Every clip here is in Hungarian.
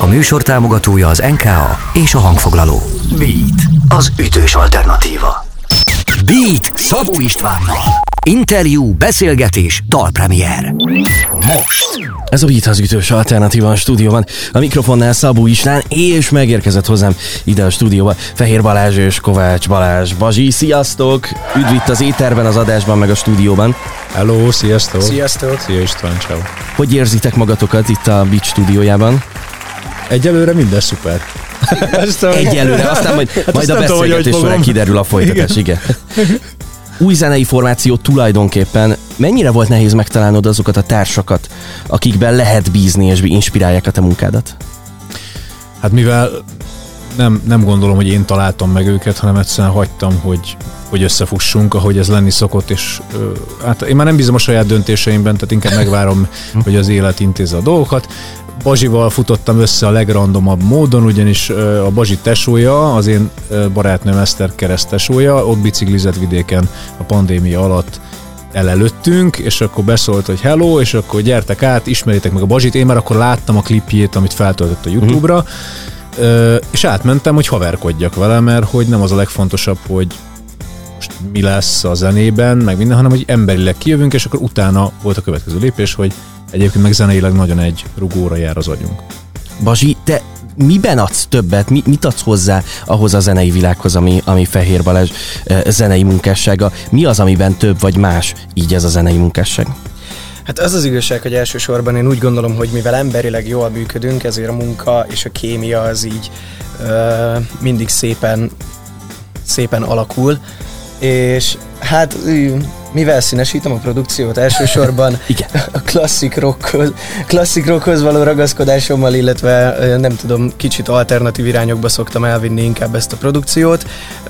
műsor támogatója az NKA és a hangfoglaló. Beat, az ütős alternatíva. Beat Szabó Istvánnal. Interjú, beszélgetés, dalpremier. Most. Ez a Beat az ütős alternatíva a stúdióban. A mikrofonnál Szabó István, és megérkezett hozzám ide a stúdióba Fehér Balázs és Kovács Balázs. Bazsi, sziasztok! Üdv itt az éterben, az adásban, meg a stúdióban. Hello, sziasztok! Sziasztok! Szia István, ciao. Hogy érzitek magatokat itt a Beat stúdiójában? Egyelőre minden szuper. Egyelőre, aztán majd a beszélgetés során kiderül a folytatás, igen. Új zenei formáció tulajdonképpen. Mennyire volt nehéz megtalálnod azokat a társakat, akikben lehet bízni és inspirálják a te munkádat? Hát mivel nem gondolom, hogy én találtam meg őket, hanem egyszerűen hagytam, hogy összefussunk, ahogy ez lenni szokott, és hát én már nem bízom a saját döntéseimben, tehát inkább megvárom, hogy az élet intézze a dolgokat. Bazsival futottam össze a legrandomabb módon, ugyanis a Bazsi tesója, az én barátnőm Eszter kereszt tesója, ott biciklizett vidéken a pandémia alatt elelőttünk, és akkor beszólt, hogy hello, és akkor gyertek át, ismeritek meg a Bazsit. Én már akkor láttam a klipjét, amit feltöltött a YouTube-ra, és átmentem, hogy haverkodjak vele, mert hogy nem az a legfontosabb, hogy most mi lesz a zenében, meg minden, hanem hogy emberileg kijövünk, és akkor utána volt a következő lépés, hogy egyébként meg zeneileg nagyon egy rugóra jár az agyunk. Bazsi, te miben adsz többet? Mit adsz hozzá ahhoz a zenei világhoz, ami Fehér Balázs zenei munkássága? Mi az, amiben több vagy más így ez a zenei munkásság? Hát az az igazság, hogy elsősorban én úgy gondolom, hogy mivel emberileg jól működünk, ezért a munka és a kémia az így mindig szépen alakul, és hát mivel színesítem a produkciót, elsősorban a klasszik rockhoz való ragaszkodásommal, illetve nem tudom, kicsit alternatív irányokba szoktam elvinni inkább ezt a produkciót.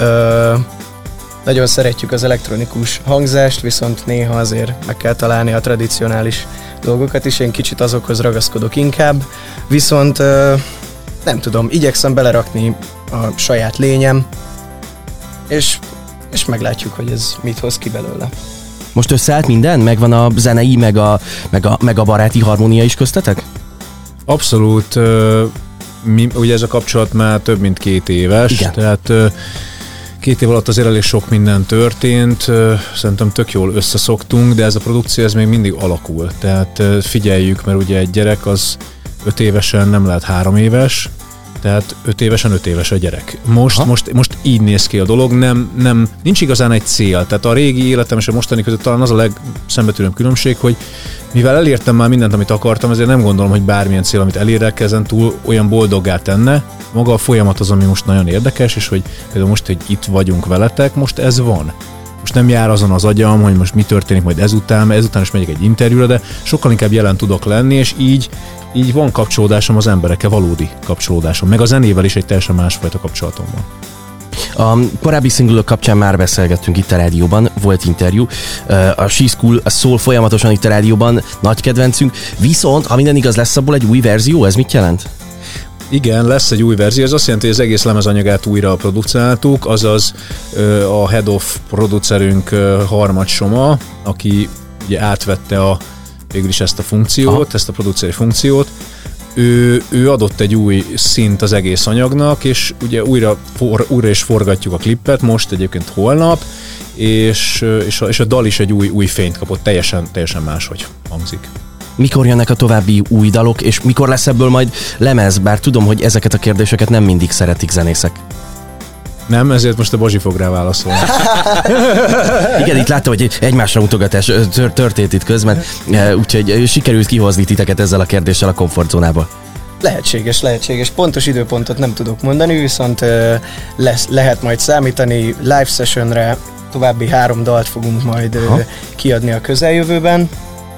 Nagyon szeretjük az elektronikus hangzást, viszont néha azért meg kell találni a tradicionális dolgokat is, én kicsit azokhoz ragaszkodok inkább, viszont nem tudom, igyekszem belerakni a saját lényem, és meglátjuk, hogy ez mit hoz ki belőle. Most összeállt minden? Megvan a zenei, meg a baráti harmónia is köztetek? Abszolút. Ugye ez a kapcsolat már több mint 2 éves. Igen. Tehát 2 év alatt azért elég sok minden történt. Szerintem tök jól összeszoktunk, de ez a produkció ez még mindig alakul. Tehát figyeljük, mert ugye egy gyerek az 5 évesen nem lehet 3 éves, tehát 5 évesen 5 éves a gyerek. Most így néz ki a dolog, nincs igazán egy cél. Tehát a régi életem és a mostani között talán az a legszembetűnőbb különbség, hogy mivel elértem már mindent, amit akartam, ezért nem gondolom, hogy bármilyen cél, amit elérek, ezen túl olyan boldoggá tenne. Maga a folyamat az, ami most nagyon érdekes, és hogy például most, hogy itt vagyunk veletek, most ez van. Most nem jár azon az agyam, hogy most mi történik majd ezután is megyek egy interjúra, de sokkal inkább jelen tudok lenni, és így van kapcsolódásom az emberekkel, valódi kapcsolódásom. Meg a zenével is egy teljesen másfajta kapcsolatom van. A korábbi szingulok kapcsán már beszélgettünk itt a rádióban, volt interjú. A She School szól folyamatosan itt a rádióban, nagy kedvencünk. Viszont, ha minden igaz, lesz abból egy új verzió, ez mit jelent? Igen, lesz egy új verzió, ez azt jelenti, hogy az egész lemezanyagát újra produkáltuk, azaz a head of producerünk Harmad Soma, aki ugye átvette végül is ezt a funkciót, ezt a produceri funkciót, ő adott egy új szint az egész anyagnak, és ugye újra is forgatjuk a klippet, most egyébként holnap, és a dal is egy új fényt kapott, teljesen máshogy hangzik. Mikor jönnek a további új dalok, és mikor lesz ebből majd lemez? Bár tudom, hogy ezeket a kérdéseket nem mindig szeretik zenészek. Nem, ezért most a Bazsi fog rá válaszolni. Igen, itt láttam, hogy egymásra mutogatás történt itt közben, úgyhogy sikerült kihozni titeket ezzel a kérdéssel a komfortzónából. Lehetséges. Pontos időpontot nem tudok mondani, viszont lehet majd számítani live sessionre, további 3 dalt fogunk majd kiadni a közeljövőben.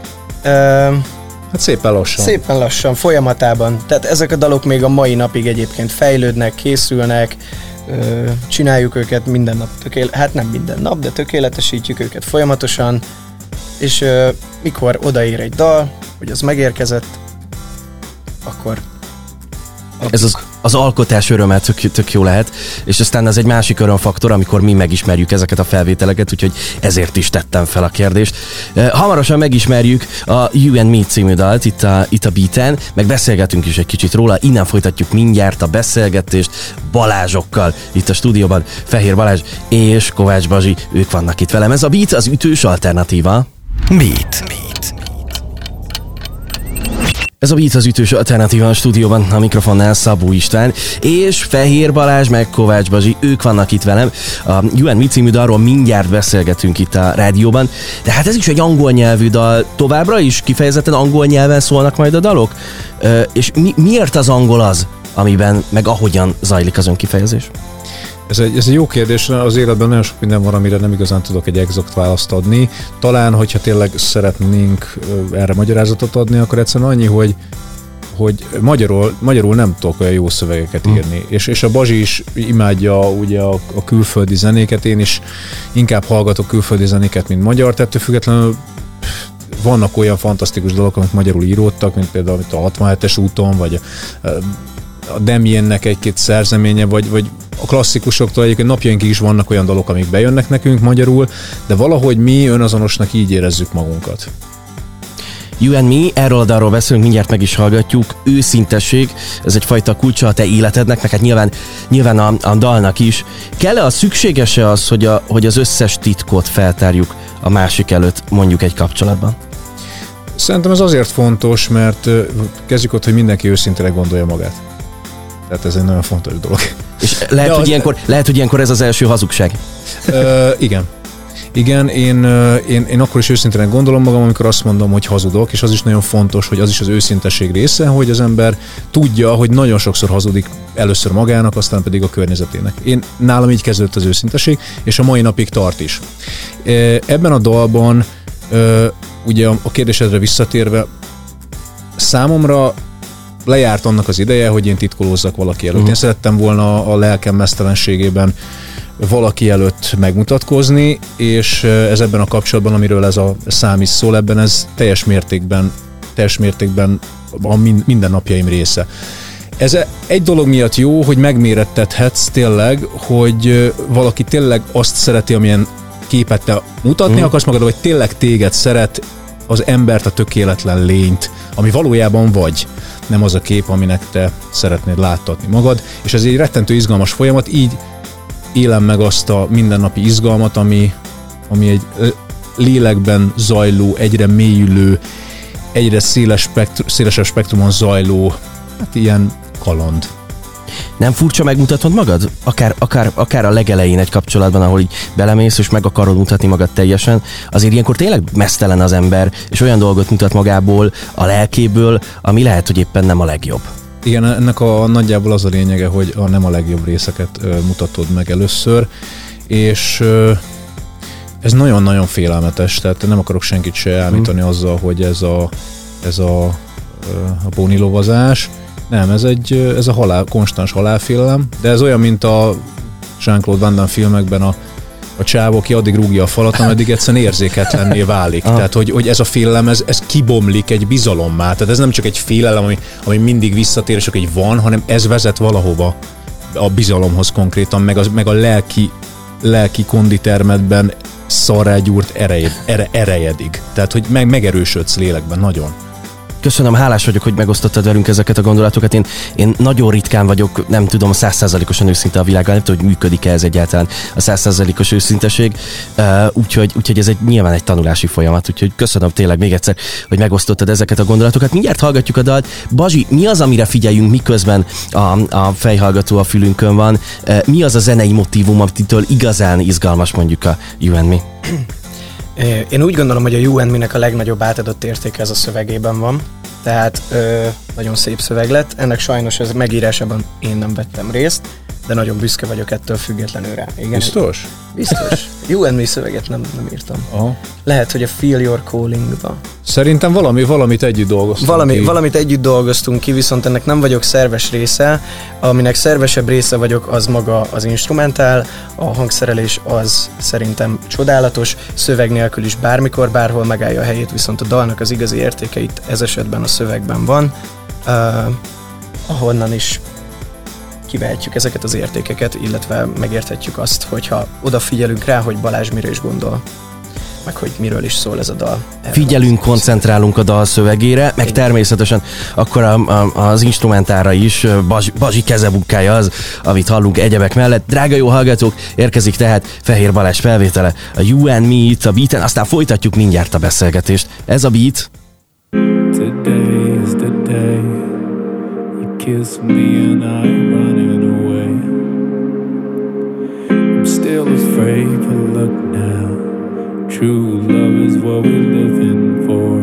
Hát szépen lassan, folyamatában. Tehát ezek a dalok még a mai napig egyébként fejlődnek, készülnek, csináljuk őket minden nap, nem minden nap, de tökéletesítjük őket folyamatosan, és mikor odaér egy dal, hogy az megérkezett, akkor az alkotás öröme tök jó lehet, és aztán az egy másik örömfaktor, amikor mi megismerjük ezeket a felvételeket, úgyhogy ezért is tettem fel a kérdést. Hamarosan megismerjük a You and Me című dalt itt a Beaten, meg beszélgetünk is egy kicsit róla, innen folytatjuk mindjárt a beszélgetést Balázsokkal itt a stúdióban. Fehér Balázs és Kovács Bazsi, ők vannak itt velem. Ez a Beat, az ütős alternatíva. Beat. Ez a Beat, az ütős alternatíva a stúdióban, a mikrofonnál Szabó István, és Fehér Balázs meg Kovács Bazsi, ők vannak itt velem. A You and Me című dalról mindjárt beszélgetünk itt a rádióban, de hát ez is egy angol nyelvű dal, továbbra is kifejezetten angol nyelven szólnak majd a dalok? És miért az angol az, amiben, meg ahogyan zajlik az önkifejezés? Ez egy jó kérdés, az életben nagyon sok minden van, amire nem igazán tudok egy exakt választ adni. Talán, hogyha tényleg szeretnénk erre magyarázatot adni, akkor egyszerűen annyi, hogy magyarul nem tudok olyan jó szövegeket írni. És a Bazsi is imádja ugye a külföldi zenéket, én is inkább hallgatok külföldi zenéket, mint magyar, ettől függetlenül vannak olyan fantasztikus dolgok, amik magyarul íródtak, mint például a 67-es úton, vagy a Demiennek egy-két szerzeménye, vagy a klasszikusoktól egyébként napjainkig is vannak olyan dalok, amik bejönnek nekünk magyarul, de valahogy mi önazonosnak így érezzük magunkat. You and Me, erről a dalról beszélünk, mindjárt meg is hallgatjuk. Őszintesség, ez egyfajta kulcsa a te életednek, meg hát nyilván a dalnak is. Kell-e szükséges-e az, hogy az összes titkot feltárjuk a másik előtt, mondjuk egy kapcsolatban? Szerintem ez azért fontos, mert kezdjük ott, hogy mindenki őszintén gondolja magát. Tehát ez egy nagyon fontos dolog. És lehet, hogy ilyenkor ez az első hazugság. Igen, én akkor is őszintén gondolom magam, amikor azt mondom, hogy hazudok, és az is nagyon fontos, hogy az is az őszintesség része, hogy az ember tudja, hogy nagyon sokszor hazudik először magának, aztán pedig a környezetének. Nálam így kezdődött az őszintesség, és a mai napig tart is. Ebben a dalban, ugye a kérdésedre visszatérve, számomra lejárt annak az ideje, hogy én titkolózzak valaki előtt. Én szerettem volna a lelkem meztelenségében valaki előtt megmutatkozni, és ez ebben a kapcsolatban, amiről ez a szám is szól, ebben ez teljes mértékben a mindennapjaim része. Ez egy dolog miatt jó, hogy megmérettethetsz tényleg, hogy valaki tényleg azt szereti, amilyen képet te mutatni akarsz magad, vagy tényleg téged szeret, az embert, a tökéletlen lényt, ami valójában vagy, nem az a kép, aminek te szeretnéd láttatni magad, és ez egy rettentő izgalmas folyamat, így élem meg azt a mindennapi izgalmat, ami egy lélekben zajló, egyre mélyülő, egyre szélesebb spektrumon zajló, hát ilyen kaland. Nem furcsa megmutatod magad? Akár a legelején egy kapcsolatban, ahol így belemész, és meg akarod mutatni magad teljesen, azért ilyenkor tényleg meztelen az ember, és olyan dolgot mutat magából, a lelkéből, ami lehet, hogy éppen nem a legjobb. Igen, ennek nagyjából az a lényege, hogy a nem a legjobb részeket mutatod meg először, és ez nagyon-nagyon félelmetes, tehát nem akarok senkit se elmítani azzal, hogy ez a pónilovazás. Nem, ez a konstans halálfélelem, de ez olyan, mint a Jean-Claude Van Damme filmekben a csávó, aki addig rúgja a falat, ameddig egyszerűen érzéketlenné válik. Tehát, hogy ez a félelem, ez kibomlik egy bizalommá. Tehát ez nem csak egy félelem, ami mindig visszatér, és csak egy van, hanem ez vezet valahova a bizalomhoz konkrétan, meg a lelki konditermedben szarrá gyúrt erejedig. Tehát, hogy megerősödsz lélekben nagyon. Köszönöm, hálás vagyok, hogy megosztottad velünk ezeket a gondolatokat. Én nagyon ritkán vagyok, nem tudom, 100%-osan őszinte a világgal, nem tudom, hogy működik-e ez egyáltalán a 100%-os őszinteség, úgyhogy ez nyilván egy tanulási folyamat, úgyhogy köszönöm tényleg még egyszer, hogy megosztottad ezeket a gondolatokat. Mindjárt hallgatjuk a dalt. Bazsi, mi az, amire figyeljünk, miközben a fejhallgató a fülünkön van? Mi az a zenei motívum, amitől igazán izgalmas mondjuk a You and Me? Én úgy gondolom, hogy a You and Me-nek a legnagyobb átadott értéke ez a szövegében van, tehát nagyon szép szöveg lett. Ennek sajnos az megírásában én nem vettem részt, de nagyon büszke vagyok ettől függetlenül rá. Igen, biztos? Biztos. You and Me szöveget nem írtam. Aha. Lehet, hogy a Feel Your Calling-ba. Szerintem valamit együtt dolgoztunk Valamit együtt dolgoztunk ki, viszont ennek nem vagyok szerves része. Aminek szervesebb része vagyok, az maga az instrumentál, a hangszerelés az szerintem csodálatos, szöveg nélkül is bármikor, bárhol megállja a helyét, viszont a dalnak az igazi értéke itt ez esetben a szövegben van, ahonnan is kivehetjük ezeket az értékeket, illetve megérthetjük azt, hogyha odafigyelünk rá, hogy Balázs mire is gondol, meg hogy miről is szól ez a dal. Figyelünk, koncentrálunk a dal szövegére, meg természetesen akkor az instrumentára is, Bazsi kezebukkája az, amit hallunk egyebek mellett. Drága jó hallgatók, érkezik tehát Fehér Balázs felvétele, a You and Me itt a Beaten, aztán folytatjuk mindjárt a beszélgetést. Ez a Beat. Today is the day you kiss me and I'm running away. I'm still afraid, but look now. True love is what we're living for.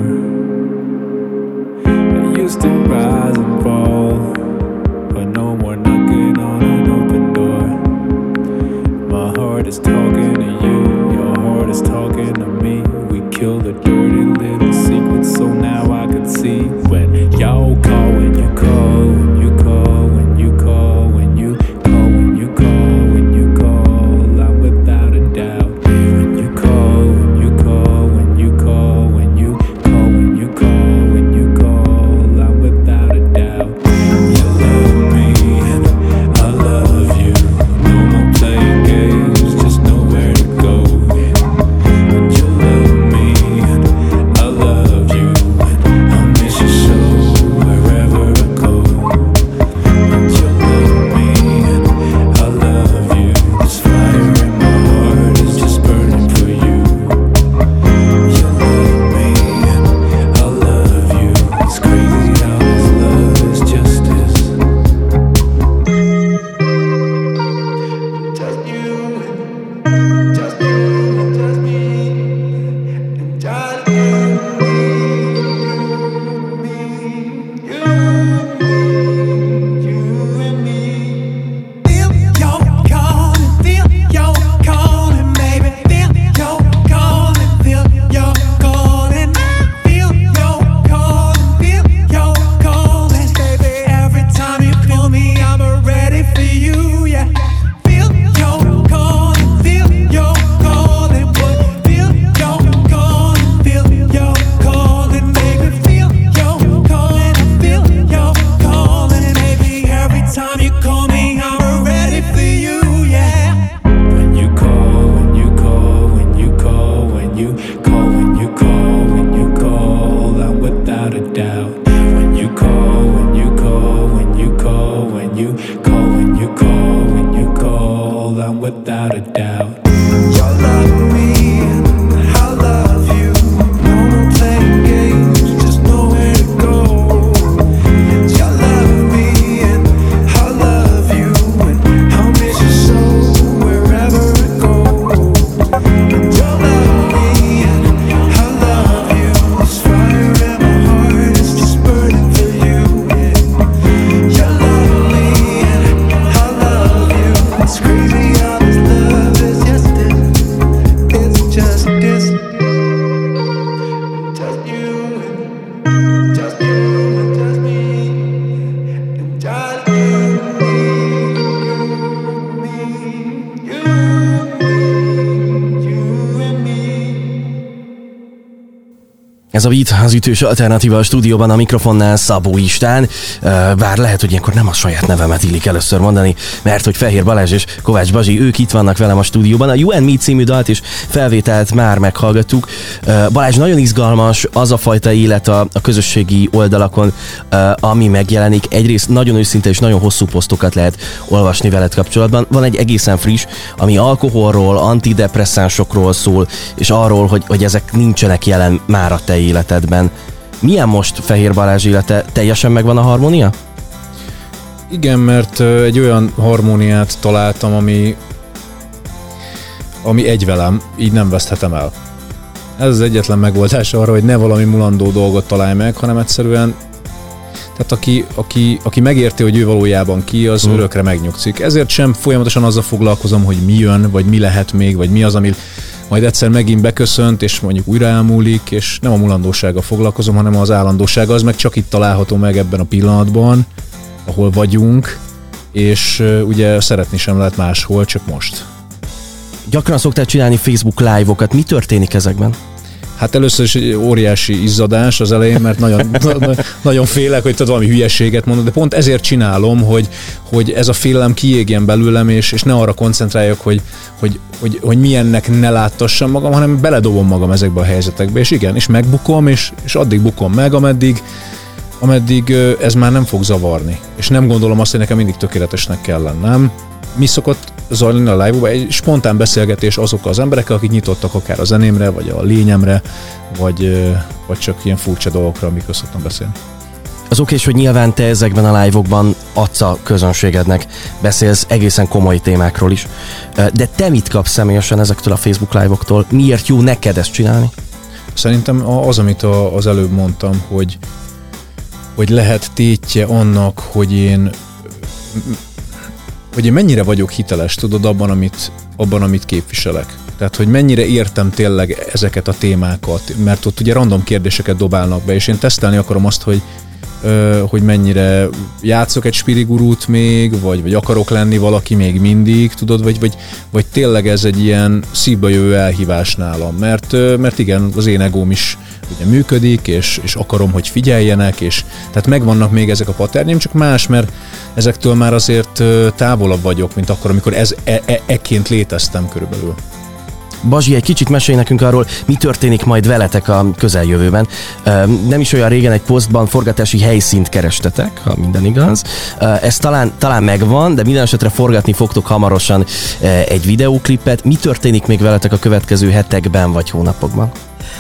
I used to rise and fall, but no more knocking on an open door. My heart is talking to you, your heart is talking to me. We killed a dirty little secret, so now I can see when y'all call, when you call, when you call, when you call, when you call, when you call, when you call, I'm without a doubt. When you call, when you call, when you call, when you call, when you call, when you call, I'm without a doubt. You love me and I love you. No more playing games, just know where to go. And you love me and I love you. And I'll miss you so wherever I go. And you love me and I love you. This fire in my heart is just burning for you. You love me and I love you. It's crazy how this love is just this. Just you and just you and just me and just you and me, you and me. Feel your calling, feel your calling, baby. Feel your calling, feel your calling. Feel your calling, feel your calling, baby. Every time you call me, I'm ready for you, yeah. Feel your calling, feel your calling, boy. Feel your calling, feel your calling, baby. Feel your calling, feel your calling, baby. Every time you call me, I'm ready for you, yeah. When you call, when you call, when you call, when you call, when you call, when you call, I'm without a doubt. When you call, when you call, when you call, when you call, when you call, when you call, I'm without a doubt. You love me and I love you. No more playing games, just know where to go. You love me and I love you, and I'll miss you so wherever I go. You love me and I love you. This fire in my heart is just burning for you. You love me and I love you. It's crazy how this love is just this. It's just this. Just you and just you and just me and just you and me, you and me. Ez a Beat, az ütős alternatíva a stúdióban, a mikrofonnál Szabó István. Bár lehet, hogy ilyenkor nem a saját nevemet illik először mondani, mert hogy Fehér Balázs és Kovács Bazsi, ők itt vannak velem a stúdióban. A You and Me című dalt és felvételt már meghallgattuk. Balázs, nagyon izgalmas az a fajta élet a közösségi oldalakon, ami megjelenik. Egyrészt nagyon őszinte és nagyon hosszú posztokat lehet olvasni veled kapcsolatban. Van egy egészen friss, ami alkoholról, antidepresszánsokról szól, és arról, hogy ezek nincsenek jelen már a te életedben. Milyen most Fehér Balázs élete? Teljesen megvan a harmónia? Igen, mert egy olyan harmóniát találtam, ami egy velem, így nem veszthetem el. Ez az egyetlen megoldás arra, hogy ne valami mulandó dolgot találj meg, hanem egyszerűen tehát aki megérti, hogy ő valójában ki, az örökre megnyugszik. Ezért sem folyamatosan azzal foglalkozom, hogy mi jön, vagy mi lehet még, vagy mi az, ami majd egyszer megint beköszönt, és mondjuk újra elmúlik, és nem a mulandósággal foglalkozom, hanem az állandósággal, az meg csak itt található meg ebben a pillanatban, ahol vagyunk, és ugye szeretni sem lehet máshol, csak most. Gyakran szoktál csinálni Facebook live-okat, mi történik ezekben? Hát először is egy óriási izzadás az elején, mert nagyon félek, hogy tudod, valami hülyeséget mondok, de pont ezért csinálom, hogy ez a félelem kiégjen belőlem, és ne arra koncentráljak, hogy milyennek ne láttassam magam, hanem beledobom magam ezekbe a helyzetekbe, és igen, és megbukom, és addig bukom meg, ameddig ez már nem fog zavarni. És nem gondolom azt, hogy nekem mindig tökéletesnek kell lennem. Mi szokott zajlani a live-ban? Egy spontán beszélgetés azokkal az emberekkel, akik nyitottak akár a zenémre, vagy a lényemre, vagy csak ilyen furcsa dolgokra, amikről szoktam beszélni. Az oké, hogy nyilván te ezekben a live-okban adsz a közönségednek, beszélsz egészen komoly témákról is, de te mit kapsz személyesen ezektől a Facebook live-októl? Miért jó neked ezt csinálni? Szerintem az, amit az előbb mondtam, hogy lehet tétje annak, hogy én mennyire vagyok hiteles, tudod, abban, amit képviselek. Tehát, hogy mennyire értem tényleg ezeket a témákat, mert ott ugye random kérdéseket dobálnak be, és én tesztelni akarom azt, hogy mennyire játszok egy spirigurút még, vagy akarok lenni valaki még mindig, tudod, vagy tényleg ez egy ilyen szívbe jövő elhívás nálam, mert igen, az én egóm is ugye működik, és akarom, hogy figyeljenek, és tehát megvannak még ezek a patternjeim, csak más, mert ezektől már azért távolabb vagyok, mint akkor, amikor ekként léteztem körülbelül. Bazsi, egy kicsit mesélj nekünk arról, mi történik majd veletek a közeljövőben. Nem is olyan régen egy posztban forgatási helyszínt kerestetek, ha minden igaz. Ez talán megvan, de minden esetre forgatni fogtok hamarosan egy videóklipet. Mi történik még veletek a következő hetekben vagy hónapokban?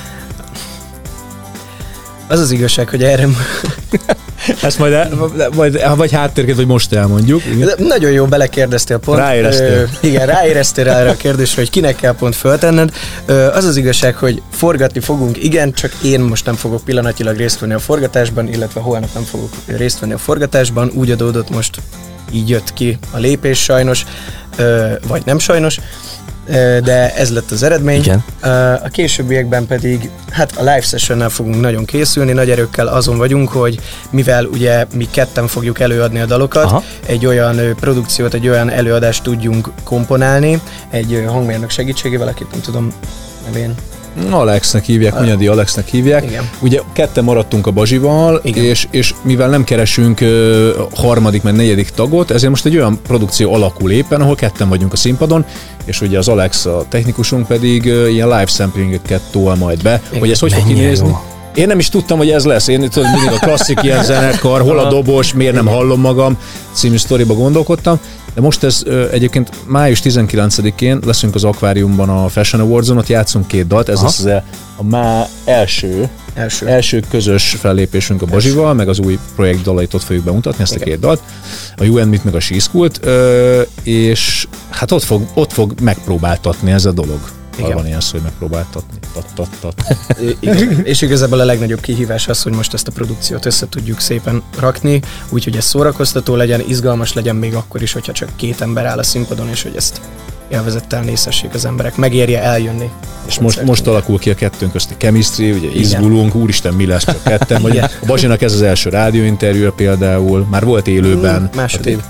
Az az igazság, hogy erre... Ezt majd vagy háttérként, vagy most elmondjuk. Igen. Nagyon jó, belekérdeztél pont. Ráéreztél. Igen, ráéreztél erre a kérdésre, hogy kinek kell pont föltenned. Az az igazság, hogy forgatni fogunk, igen, csak én most nem fogok pillanatilag részt venni a forgatásban, illetve holnap nem fogok részt venni a forgatásban. Úgy adódott, most így jött ki a lépés sajnos, vagy nem sajnos, de ez lett az eredmény. Igen. A későbbiekben pedig hát a live sessionnel fogunk nagyon készülni, nagy erőkkel azon vagyunk, hogy mivel ugye mi ketten fogjuk előadni a dalokat, aha, egy olyan produkciót, egy olyan előadást tudjunk komponálni, egy hangmérnök segítségével, akit nem tudom nevén. Alexnek hívják, Hunyadi Alexnek hívják. Igen. Ugye ketten maradtunk a Bazsival, és mivel nem keresünk harmadik, meg negyedik tagot, ezért most egy olyan produkció alakul éppen, ahol ketten vagyunk a színpadon, és ugye az Alex, a technikusunk pedig ilyen live samplingeket tol majd be, igen, hogy ez hogy fog kinézni. Én nem is tudtam, hogy ez lesz. Én tudom, mindig a klasszik ilyen zenekar, hol a dobos, miért nem hallom magam című sztoriba gondolkodtam. De most ez egyébként május 19-én leszünk az Akváriumban a Fashion Awards-on, ott játszunk 2 dalt, ez lesz a első közös fellépésünk a Bazsival, meg az új projekt dalait ott fogjuk bemutatni, ezt a 2 dalt, a You and Me meg a She School-t, és hát ott fog megpróbáltatni ez a dolog. Igen. Van ilyen szó, hogy megpróbáltatni. És igazából a legnagyobb kihívás az, hogy most ezt a produkciót össze tudjuk szépen rakni, úgyhogy ez szórakoztató legyen, izgalmas legyen még akkor is, hogyha csak 2 ember áll a színpadon, és hogy ezt élvezettel nézhessék az emberek, megérje eljönni. És most alakul ki a kettőnk közti chemistry, ugye izgulunk, úristen, mi lesz csak ketten. Vagy a Bazsinak ez az első rádióinterjúja például, már volt élőben. Második.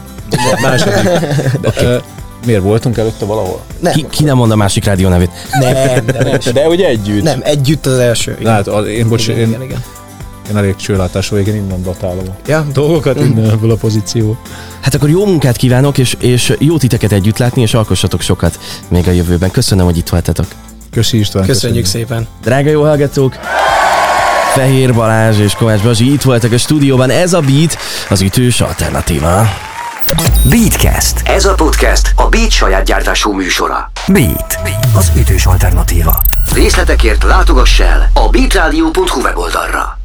Miért voltunk előtte valahol? Ki nem mond a másik rádió nevét? Nem. De ugye együtt? Nem, együtt az első. Igen. Én elég csőlátású végén innen datálom a dolgokat innen ebből a pozíció. Hát akkor jó munkát kívánok, és jó titeket együtt látni, és alkossatok sokat még a jövőben. Köszönöm, hogy itt voltatok. Köszi István. Köszönjük szépen. Drága jó hallgatók! Fehér Balázs és Kovács Bazsi itt voltak a stúdióban. Ez a Beat, az ütős alternatíva. Beatcast. Ez a podcast a Beat saját gyártású műsora. Beat, az ütős alternatíva. Részletekért látogass el a beatradio.hu weboldalra.